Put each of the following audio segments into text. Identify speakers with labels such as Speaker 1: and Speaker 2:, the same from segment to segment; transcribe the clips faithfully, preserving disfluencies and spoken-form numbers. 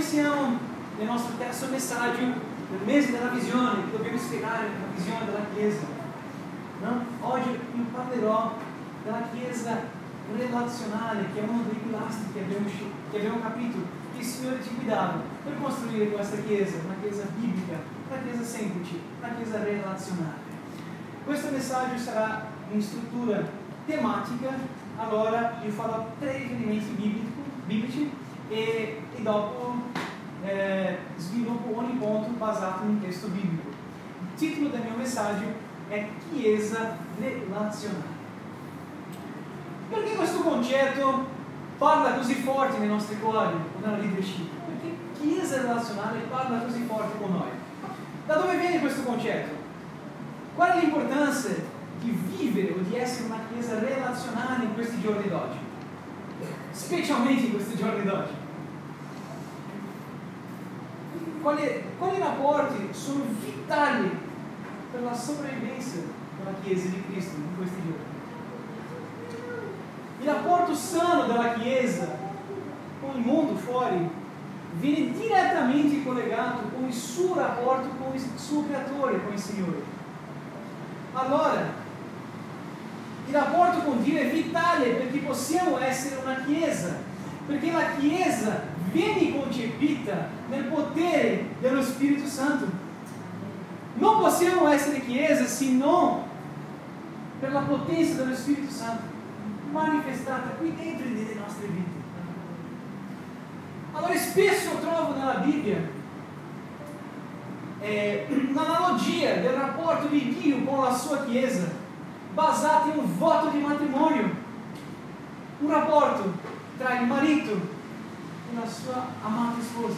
Speaker 1: siamo nel nostro terzo messaggio del mese della visione, che dobbiamo spiegare la visione della Chiesa. No? Oggi io parlerò della Chiesa relazionale, che è uno dei pilastri che abbiamo, che abbiamo capito che il Signore ci guidava per costruire questa Chiesa, una Chiesa biblica, una Chiesa semplice, una Chiesa relazionale. Questo messaggio sarà in struttura tematica, allora io farò tre riferimenti biblico, biblici e, e dopo eh, sviluppo ogni punto basato in un testo biblico. Il titolo del mio messaggio è Chiesa relazionale. Perché questo concetto parla così forte nei nostri cuori o nella leadership? Perché Chiesa relazionale parla così forte con noi. Da dove viene questo concetto? Qual è l'importanza di vivere o di essere una Chiesa relazionale in questi giorni d'oggi? Specialmente in questi giorni d'oggi. Quali, quali rapporti sono vitali per la sopravvivenza della Chiesa di Cristo in questi giorni? Il rapporto sano della Chiesa con il mondo fuori viene direttamente collegato con il suo rapporto con il suo creatore, con il Signore. Allora, il rapporto con Dio è vitale perché possiamo essere una Chiesa, perché la Chiesa viene concepita nel potere dello Spirito Santo. Non possiamo essere Chiesa se non per la potenza dello Spirito Santo manifestata qui dentro delle nostre vite. Allora spesso trovo nella Bibbia eh, un'analogia del rapporto di Dio con la sua Chiesa basata in un voto di matrimonio, un rapporto tra il marito e la sua amata sposa.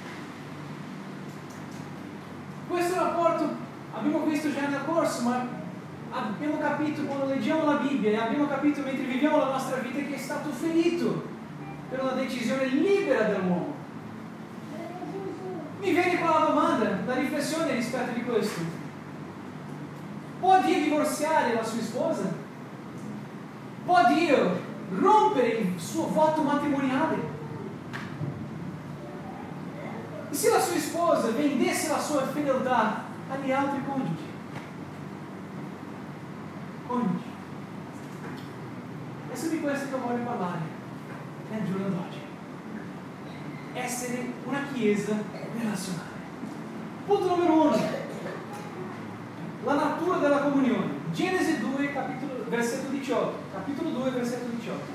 Speaker 1: Questo rapporto abbiamo visto già nel corso, ma abbiamo capito quando leggiamo la Bibbia e abbiamo capito mentre viviamo la nostra vita che è stato ferito per una decisione libera dell'uomo. Mi viene qua la domanda, la riflessione rispetto di questo. Può Dio divorziare la sua sposa? Può Dio rompere il suo voto matrimoniale? E se la sua sposa vendesse la sua fedeltà agli altri coniugi? Coniugi. È su di questo che voglio parlare nel giorno d'oggi. Essere una Chiesa relazionale. Punto numero uno. La natura della comunione. Genesi due, capitolo, versetto diciotto. Capitolo due, versetto diciotto.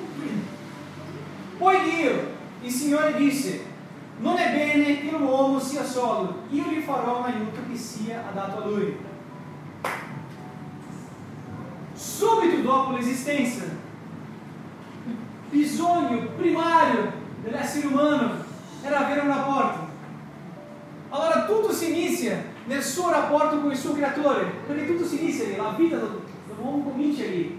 Speaker 1: Poi Dio, il Signore, disse: non è bene che l'uomo sia solo, io gli farò un aiuto che sia adatto a lui. Subito dopo l'esistenza, il bisogno primario dell'essere umano era avere un rapporto. Allora tutto si inizia nel suo rapporto con il suo creatore, perché tutto si inizia lì, la vita dell'uomo comincia lì.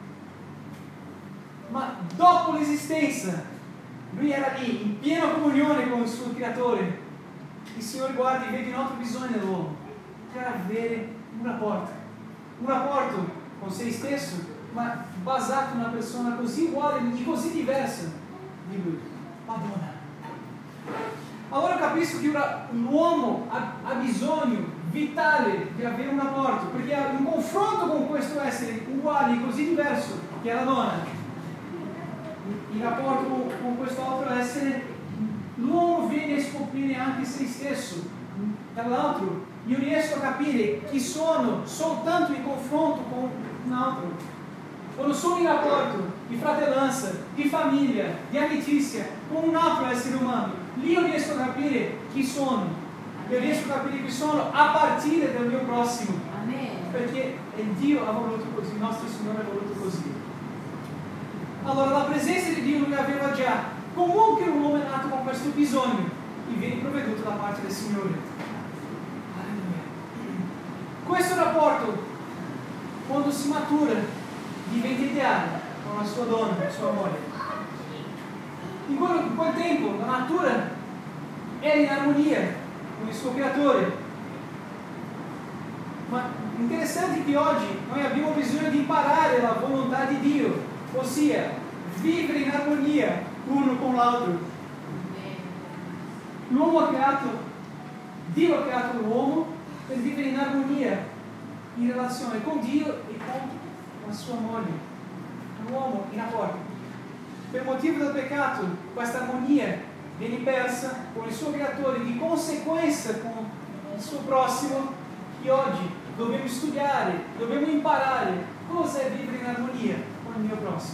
Speaker 1: Ma dopo l'esistenza, lui era lì, in piena comunione con il suo creatore. Il Signore guarda e vede un altro bisogno nell'uomo, per avere un rapporto. Un rapporto con se stesso, ma basato in una persona così uguale e così diversa di lui, la donna. Allora capisco che l'uomo ha, ha bisogno vitale di avere un rapporto, perché in confronto con questo essere uguale e così diverso che è la donna, in rapporto con, con questo altro essere, l'uomo viene a scoprire anche se stesso. Tra l'altro, io riesco a capire chi sono soltanto in confronto con un altro. Quando sono in rapporto di fratellanza, di famiglia, di amicizia con un altro essere umano, lì io riesco a capire chi sono. Io riesco a capire chi sono a partire dal mio prossimo.
Speaker 2: Amen.
Speaker 1: Perché Dio ha voluto così, il nostro Signore ha voluto così. Allora la presenza di Dio lui aveva già. Comunque l'uomo è nato con questo bisogno che viene provveduto da parte del Signore. Alleluia. Questo rapporto, quando si matura, diventa ideale con la sua donna, la sua moglie. In quel, in quel tempo la natura era in armonia con il suo creatore. Ma interessante che oggi noi abbiamo bisogno di imparare la volontà di Dio, ossia vivere in armonia uno con l'altro. L'uomo ha creato, Dio ha creato l'uomo per vivere in armonia, in relazione con Dio e con la sua moglie, l'uomo in rapporto. Per motivo del peccato, questa armonia viene persa con il suo creatore, di conseguenza con il suo prossimo, che oggi dobbiamo studiare, dobbiamo imparare cosa è vivere in armonia con il mio prossimo.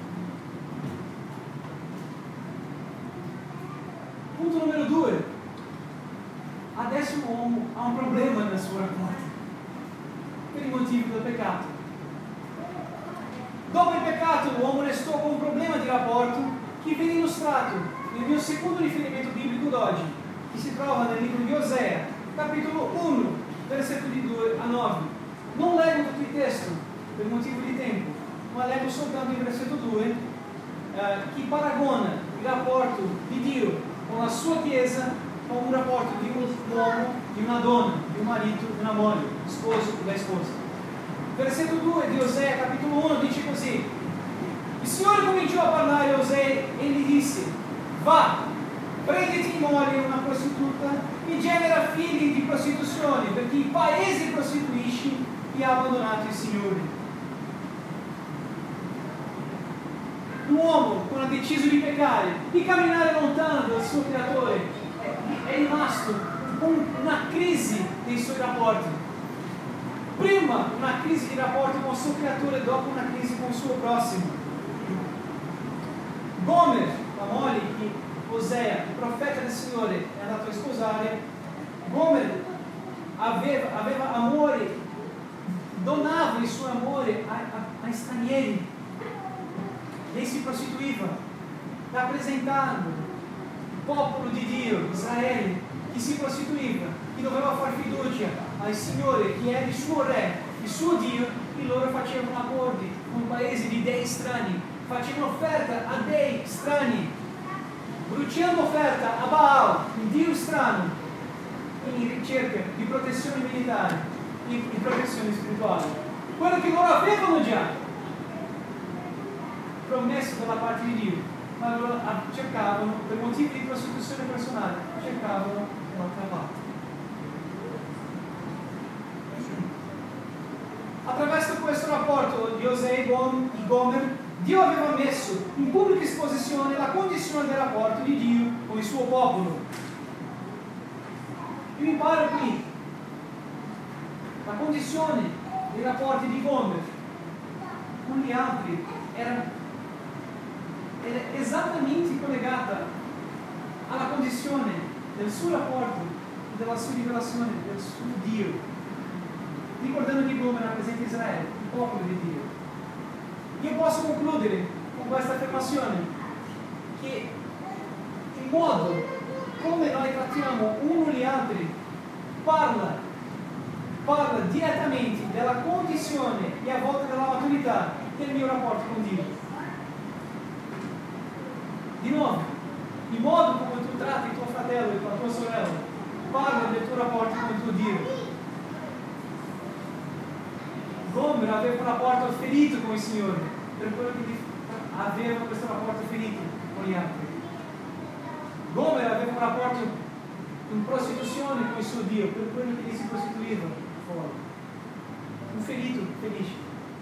Speaker 1: Punto numero due. Adesso l'uomo ha un problema nel suo rapporto per i motivi del peccato. Dopo il peccato l'uomo restò con un problema di rapporto che viene illustrato nel mio secondo riferimento biblico d'oggi, che si trova nel libro di Osea, capitolo uno, versetti due a nove. Non leggo tutto il testo per motivo di tempo, ma leggo soltanto il versetto due, eh, che paragona il rapporto di Dio con la sua Chiesa con un rapporto di un uomo, di una donna, di un marito, di una moglie, sposo e sposa. Versetto due di Osea, capitolo uno, dice così: il Signore cominciò a parlare a Osea e gli disse: va, prenditi in moglie una prostituta che genera figli di prostituzione, perché i paesi prostituisci ti ha abbandonato il Signore. L'uomo, quando ha deciso di peccare, di camminare lontano dal suo creatore, è rimasto con una crisi dei suoi rapporti. Prima una crisi di rapporti con il suo creatore, dopo una crisi con il suo prossimo. Gomer, la moglie che Osea, il profeta del Signore, è andato a sposare, Gomer aveva, aveva amore, donava il suo amore ai, a, ai stranieri. Lei si prostituiva, rappresentando il popolo di Dio, Israele, che si prostituiva, che doveva fare fiducia al Signore, che è il suo re, il suo Dio, e loro facevano accordi con paesi di dei strani, facevano offerta a dei strani, bruciando offerta a Baal, un Dio strano, in ricerca di protezione militare e di protezione spirituale. Quello che loro avevano già promesso dalla parte di Dio, ma loro cercavano, per motivi di prostituzione personale, cercavano un'altra parte. Attraverso questo rapporto di Osea e Gomer, Dio aveva messo in pubblica esposizione la condizione del rapporto di Dio con il suo popolo. Io imparo qui la condizione dei rapporti di Gomer con gli altri era è esattamente collegata alla condizione del suo rapporto, della sua rivelazione, del suo Dio, ricordando che Gomer rappresenta Israele, il popolo di Dio. Io posso concludere con questa affermazione che il modo come noi trattiamo uno gli altri parla, parla direttamente della condizione e a volte della maturità del mio rapporto con Dio. Di nuovo, il modo come tu tratti il tuo fratello e la tua sorella parla del tuo rapporto con il tuo Dio. Gomer aveva un rapporto ferito con il Signore, per quello che aveva questo rapporto ferito con gli altri. Gomer aveva un rapporto in prostituzione con il suo Dio, per quello che gli si prostituiva fuori. Un ferito felice.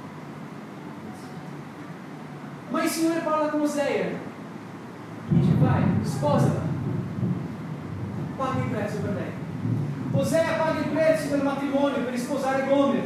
Speaker 1: Ma il Signore parla con Osea. Dice: vai, sposala, paga il prezzo per lei. Osea paga il prezzo del matrimonio per sposare Gomer,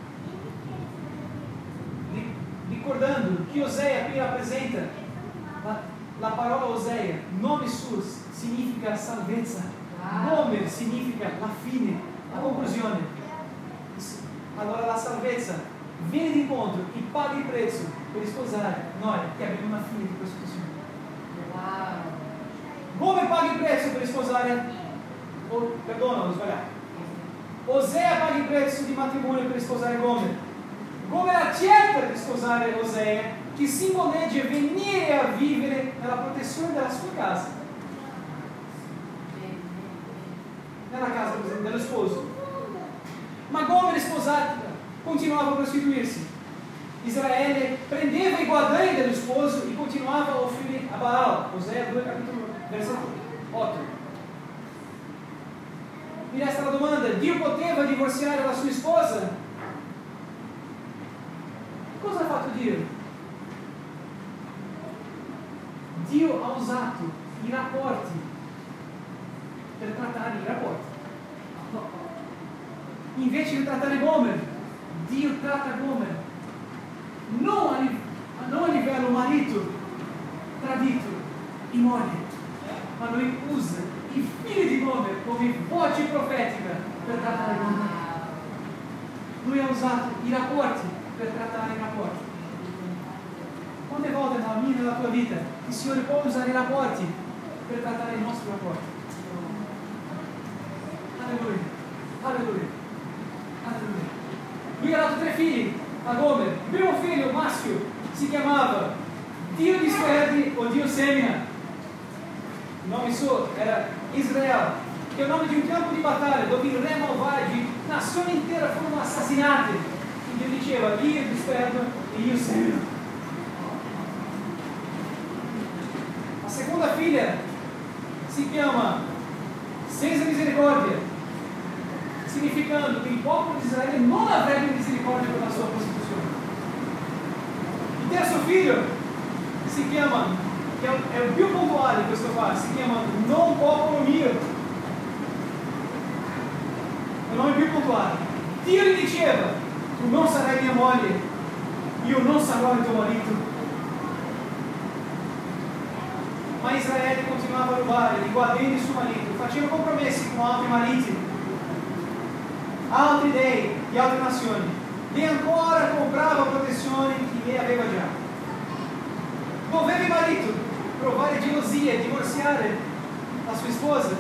Speaker 1: ricordando che Osea qui rappresenta la, la parola Osea, nome suo significa salvezza, Gomer significa la fine, la conclusione. Allora la salvezza viene d'incontro e paga il prezzo per sposare noi che abbiamo una fine di prostituzione. Gomer paga il prezzo per sposare, oh, perdono, ho sbagliato. Osea paga il prezzo di matrimonio per sposare Gomer. Gomer accetta di sposare Osea, che simboleggia venire a vivere nella protezione della sua casa, nella casa dello sposo. Ma Gomer sposata continuava a prostituirsi. Israele prendeva i guadagni dello sposo e continuava a offrire a Baal. Osea due, capitolo versetto otto. mi resta la domanda: Dio poteva divorziare la sua sposa? Cosa ha fatto Dio? Dio ha usato i rapporti per trattare i rapporti. Invece di trattare Gomer, Dio tratta Gomer non a, non a livello marito tradito in moglie, ma lui usa i figli di Gomer come voce profetica per trattare Gomer. Lui ha usato i rapporti per trattare i rapporti. Quante volte nella mia e nella tua vita il Signore può usare i rapporti per trattare i nostri rapporti? Alleluia, alleluia, alleluia. Lui ha dato tre figli a Gomer. Il primo figlio, maschio, si chiamava Dio disperdi o Dio semina. Il nome suo era Israele, che è il nome di un campo di battaglia dove i re malvagi, nazioni intere furono assassinate. E Dio diceva: io disperdo e io semino. La seconda figlia si chiama senza misericordia, significando che il popolo di Israele non avrebbe misericordia per la sua prostituzione. Il terzo figlio si chiama, che è il più puntuale in questo caso, si chiama non popolo mio. È il nome più puntuale. Dio gli diceva: tu non sarai mia moglie, io non sarò il tuo marito. Ma Israele continuava a rubare, riguardando il suo marito, faceva compromessi con altri mariti, altri dei di altre nazioni, e ancora comprava protezioni che lei aveva già. Doveva il marito provare gelosia, divorziare la sua sposa.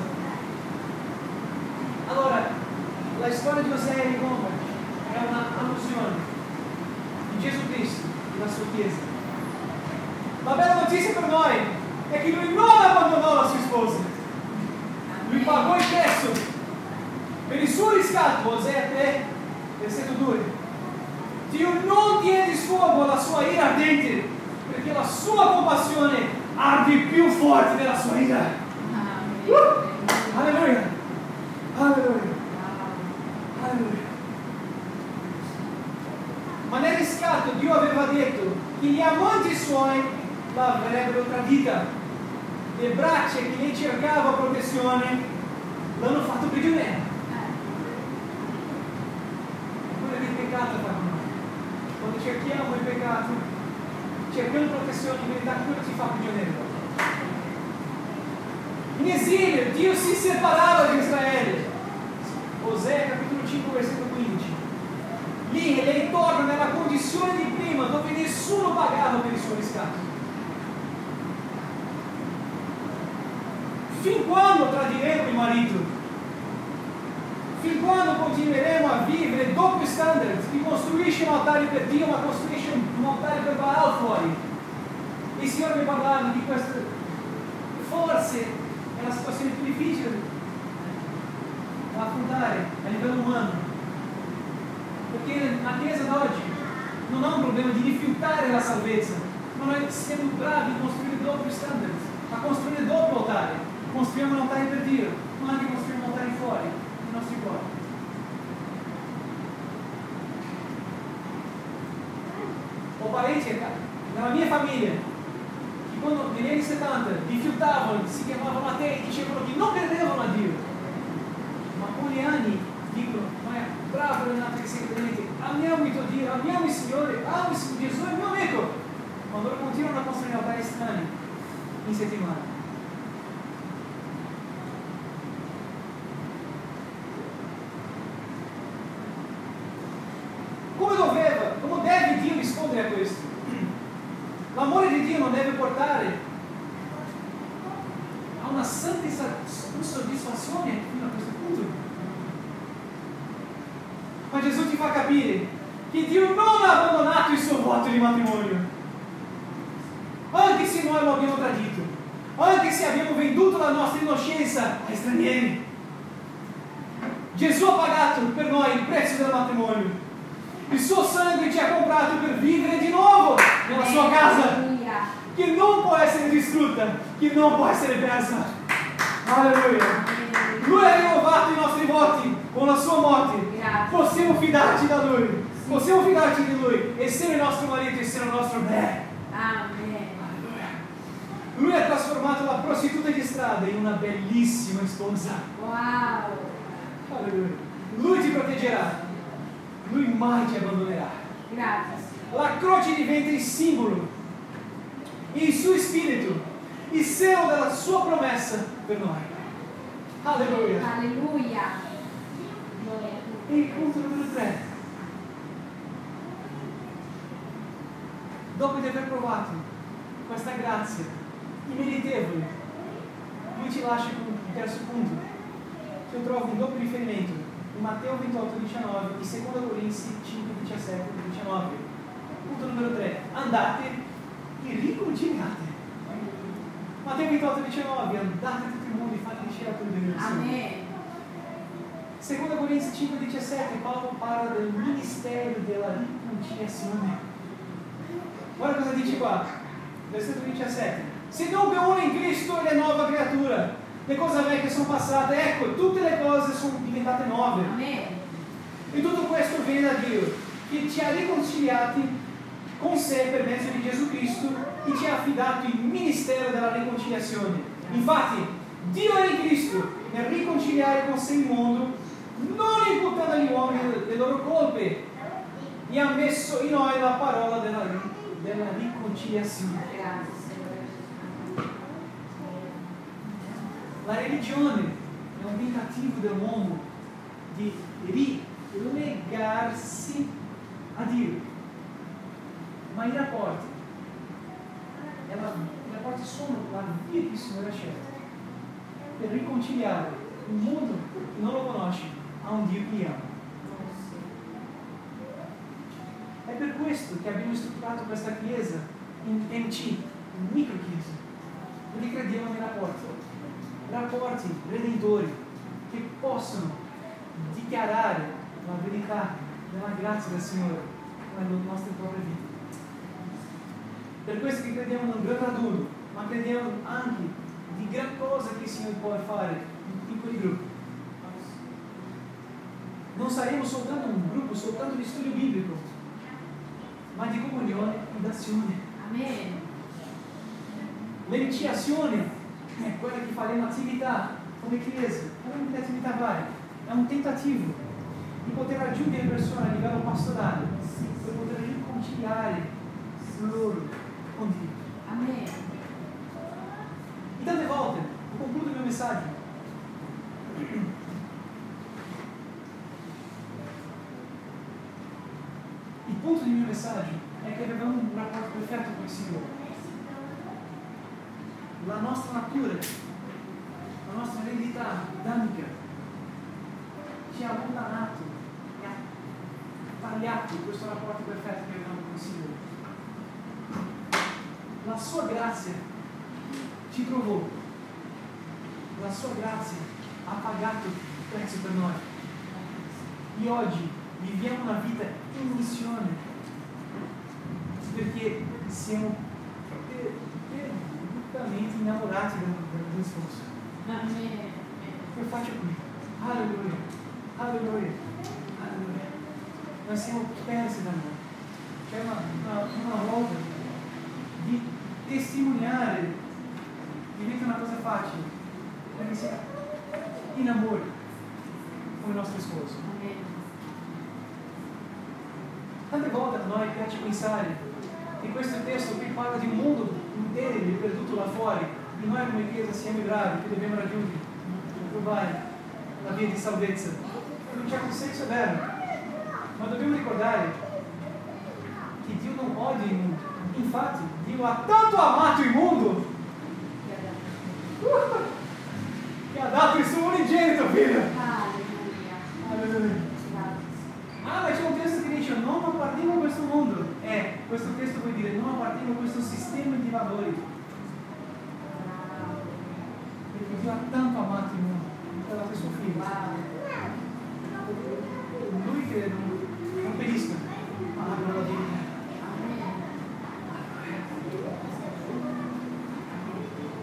Speaker 1: Allora, la storia di Osea e di Gomer è una allusione di Gesù Cristo e della sua Chiesa. La bella notizia per noi è che lui non abbandonò la sua sposa, lui pagò il prezzo per il suo riscatto. Osea tre, versetto due. Dio non tiene di sfogo la sua ira ardente, perché la sua compassione arde più forte della sua ira. Uh! Alleluia, alleluia, alleluia. Ma nel riscatto Dio aveva detto che gli amanti suoi l'avrebbero tradita. Le braccia che lei cercava protezione l'hanno fatto prigioniera. È quello che il peccato fa con noi. Quando cerchiamo il peccato, cerchiamo protezione, in verità quello ci fa prigionieri. In esilio Dio si separava di Israele. Osea capitolo cinque versetto quindici. Lì lei torna nella condizione di prima, dove nessuno pagava per il suo riscatto. Fin quando tradiremo il marito? Fin quando continueremo a vivere doppio standard? Chi costruisce un altare per Dio ma costruisce un altare per Baal fuori? Il Signore mi parlava di questo. Forse è la situazione più difficile da affrontare a livello umano, perché la Chiesa d'oggi non ha un problema di rifiutare la salvezza, ma noi siamo bravi a costruire doppio standard, a costruire doppio altare. Costruiamo un altare per Dio, ma anche costruiamo altari fuori, nei nostri cuori. Ho parenti nella mia famiglia che quando negli anni settanta rifiutavano, si chiamavano atei, dicevano che non credevano a Dio. Ma con gli anni dicono: ma è bravo Renato che sei credente, amiamo il tuo Dio, amiamo il Signore, amo il Signore, Gesù è il mio amico. Ma loro continuano a costruire altari strani in settimana. Come doveva, come deve Dio rispondere a questo? L'amore di Dio non deve portare a una santa insoddisfazione fino a questo punto. Ma Gesù ti fa capire che Dio non ha abbandonato il suo voto di matrimonio. Anche se noi lo abbiamo tradito, anche se abbiamo venduto la nostra innocenza ai stranieri, Gesù ha pagato per noi il prezzo del matrimonio. Il suo sangue ci ha comprato per vivere di nuovo nella sua casa, che non può essere distrutta, che non può essere persa. Alleluia. Lui ha rinnovato i nostri voti con la sua morte,
Speaker 2: Grazie.
Speaker 1: possiamo fidarci da Lui,
Speaker 2: Sì.
Speaker 1: possiamo fidarci di Lui, essere il nostro marito, essere il nostro re.
Speaker 2: Amen.
Speaker 1: Lui ha trasformato la prostituta di strada in una bellissima sposa.
Speaker 2: Wow.
Speaker 1: Alleluia. Lui ti proteggerà, Lui mai ti abbandonerà.
Speaker 2: Grazie.
Speaker 1: La croce diventa il simbolo, il suo spirito, il selo della sua promessa per noi. Alleluia.
Speaker 2: Alleluia.
Speaker 1: E il punto numero tre. Dopo di aver provato questa grazia immeritevole, Lui ci lascia con il terzo punto, che io trovo un doppio riferimento in Matteo ventotto diciannove e seconda Corinzi cinque diciassette e diciannove. Punto numero tre. Andate e riconciliate. Matteo ventotto diciannove. Andate a tutto il mondo e fate discepoli delle nazioni.
Speaker 2: Amen.
Speaker 1: seconda Corinzi cinque diciassette, Paolo parla del ministero della riconciliazione. Guarda cosa dice qua, versetto diciassette. Se dunque uno in Cristo è nuova creatura, le cose vecchie sono passate, ecco, tutte le cose sono diventate nuove.
Speaker 2: Amen.
Speaker 1: E tutto questo viene da Dio, che ci ha riconciliati con sé per mezzo di Gesù Cristo e ci ha affidato il ministero della riconciliazione. Infatti, Dio è in Cristo nel riconciliare con sé il mondo, non imputando agli uomini le loro colpe, e ha messo in noi la parola della, della riconciliazione.
Speaker 2: Grazie.
Speaker 1: La religione è un tentativo dell'uomo di rilegarsi a Dio, ma i rapporti, e la, i rapporti sono la via che il Signore ha scelto per riconciliare un mondo che non lo conosce a un Dio che ama. È per questo che abbiamo strutturato questa chiesa in M C, in microchiesa, perché crediamo nei rapporti, rapporti redentori che possono dichiarare la verità della grazia del Signore nelle nostre proprie vite. Per questo che crediamo in un gran raduno, ma crediamo anche di gran cosa che il Signore può fare in piccoli gruppi. Non saremo soltanto un gruppo, soltanto di studio biblico, ma di comunione e d'azione.
Speaker 2: Amen.
Speaker 1: L'iniziazione è quella che faremo attività come chiesa, faremo delle attività varie, è un tentativo di poter raggiungere le persone a livello pastorale, per poter riconciliare loro con Dio.
Speaker 2: Amen.
Speaker 1: E tante volte, concludo il mio messaggio, il punto del mio messaggio è che avevamo un rapporto perfetto con il Signore. La nostra natura, la nostra eredità adamica ci ha allontanato e ha tagliato questo rapporto perfetto che avevamo con il Signore. La sua grazia ci trovò, la sua grazia ha pagato il prezzo per noi. E oggi viviamo una vita in missione perché siamo perdutamente innamorati del, del discorso.
Speaker 2: Amen.
Speaker 1: Io faccio qui. Alleluia. Alleluia. Alleluia. Noi siamo persi da noi. C'è una, una, una volta di testimoniare diventa una cosa facile perché si è in amore con il nostro sposo.
Speaker 2: Amen.
Speaker 1: Tante volte a noi piace pensare che questo testo qui parla di un mondo intero perduto là fuori e noi come chiesa siamo i bravi che dobbiamo raggiungere per trovare la via di salvezza. In un certo senso è vero, ma dobbiamo ricordare che Dio non odia il mondo. Infatti Dio ha tanto amato il mondo uh, che ha dato il suo unigenito figlio.
Speaker 2: Alleluia.
Speaker 1: Alleluia. Ah, ma c'è un testo che dice non appartengo a questo mondo. Eh, questo testo vuol dire non appartengo a questo sistema di valori. Perché Dio ha tanto amato il mondo, ha dato il suo figlio. Lui che non, non perisca, ma abbia la vita.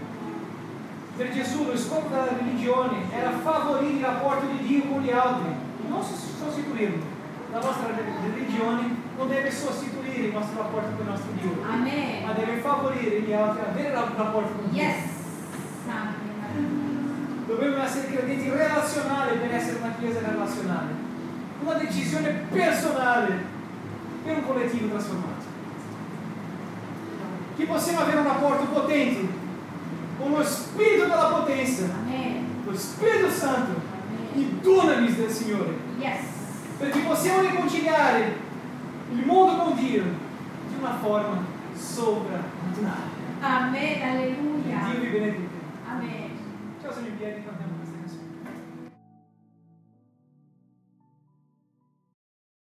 Speaker 1: Per Gesù lo scopo della religione era favorire il rapporto di Dio con gli altri. non sostituirlo. La vostra religione non deve sostituire il nostro rapporto con il nostro Dio,
Speaker 2: Amen.
Speaker 1: ma deve favorire gli altri a avere un rapporto con Dio.
Speaker 2: Yes. Amen.
Speaker 1: Dobbiamo essere credenti relazionali per essere una chiesa relazionale, una decisione personale per un collettivo trasformato. Che possiamo avere un rapporto potente con lo Spirito della potenza,
Speaker 2: Amen.
Speaker 1: lo Spirito Santo,
Speaker 2: Amen.
Speaker 1: i dunamis del Signore,
Speaker 2: Yes.
Speaker 1: perché possiamo riconciliare il mondo con Dio di una forma soprannaturale.
Speaker 2: Amen. Alleluia.
Speaker 1: Dio vi benedica.
Speaker 2: Amen.
Speaker 1: Ciao, sono in piedi, cantiamo.